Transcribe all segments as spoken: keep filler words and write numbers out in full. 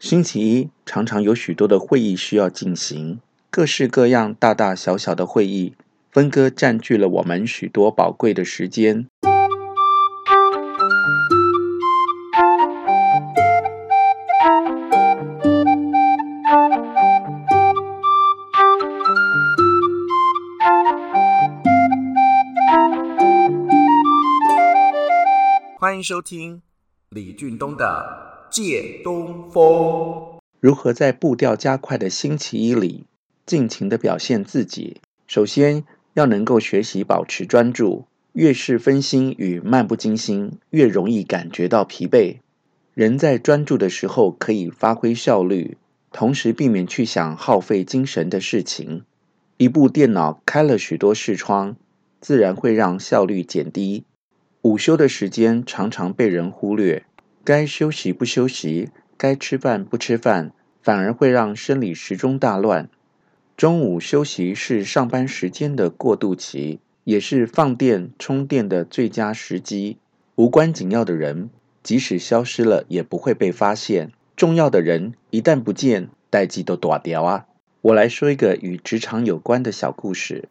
星期一常常有许多的会议需要进行，各式各样大大小小的会议，分割占据了我们许多宝贵的时间。 欢迎收听李俊东的借东风。 如何在步调加快的星期一里尽情地表现自己？首先要能够学习保持专注，越是分心与漫不经心，越容易感觉到疲惫。人在专注的时候可以发挥效率，同时避免去想耗费精神的事情。一部电脑开了许多视窗，自然会让效率减低。午休的时间常常被人忽略，该休息不休息，该吃饭不吃饭，反而会让生理时钟大乱。中午休息是上班时间的过渡期，也是放电充电的最佳时机。无关紧要的人，即使消失了也不会被发现，重要的人一旦不见，代志都大条啊。我来说一个与职场有关的小故事。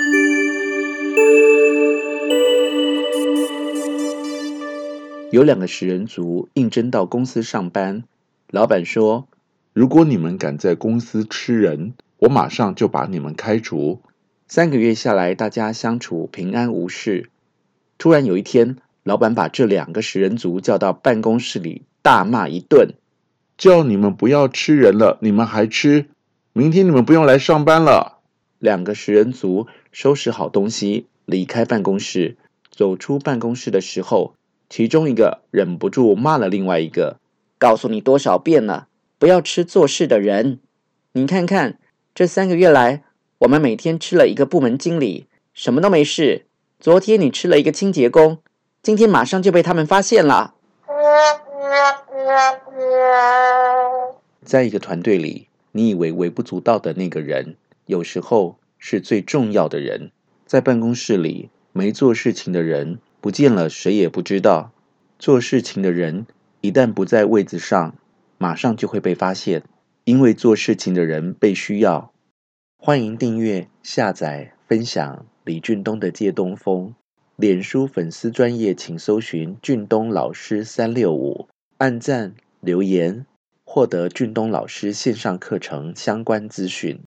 有两个食人族应征到公司上班，老板说， 如果你们敢在公司吃人，我马上就把你们开除。 三个月下来，大家相处平安无事。突然有一天，老板把这两个食人族叫到办公室里大骂一顿， 叫你们不要吃人了，你们还吃，明天你们不用来上班了。 两个食人族收拾好东西离开办公室，走出办公室的时候，其中一个忍不住骂了另外一个，告诉你多少遍了，不要吃做事的人。你看看，这三个月来，我们每天吃了一个部门经理，什么都没事。昨天你吃了一个清洁工，今天马上就被他们发现了。在一个团队里，你以为微不足道的那个人，有时候是最重要的人。在办公室里，没做事情的人不见了，谁也不知道。做事情的人一旦不在位子上，马上就会被发现，因为做事情的人被需要。欢迎订阅、下载、分享李俊东的借东风。脸书粉丝专页请搜寻俊东老师三六五，按赞留言，获得俊东老师线上课程相关资讯。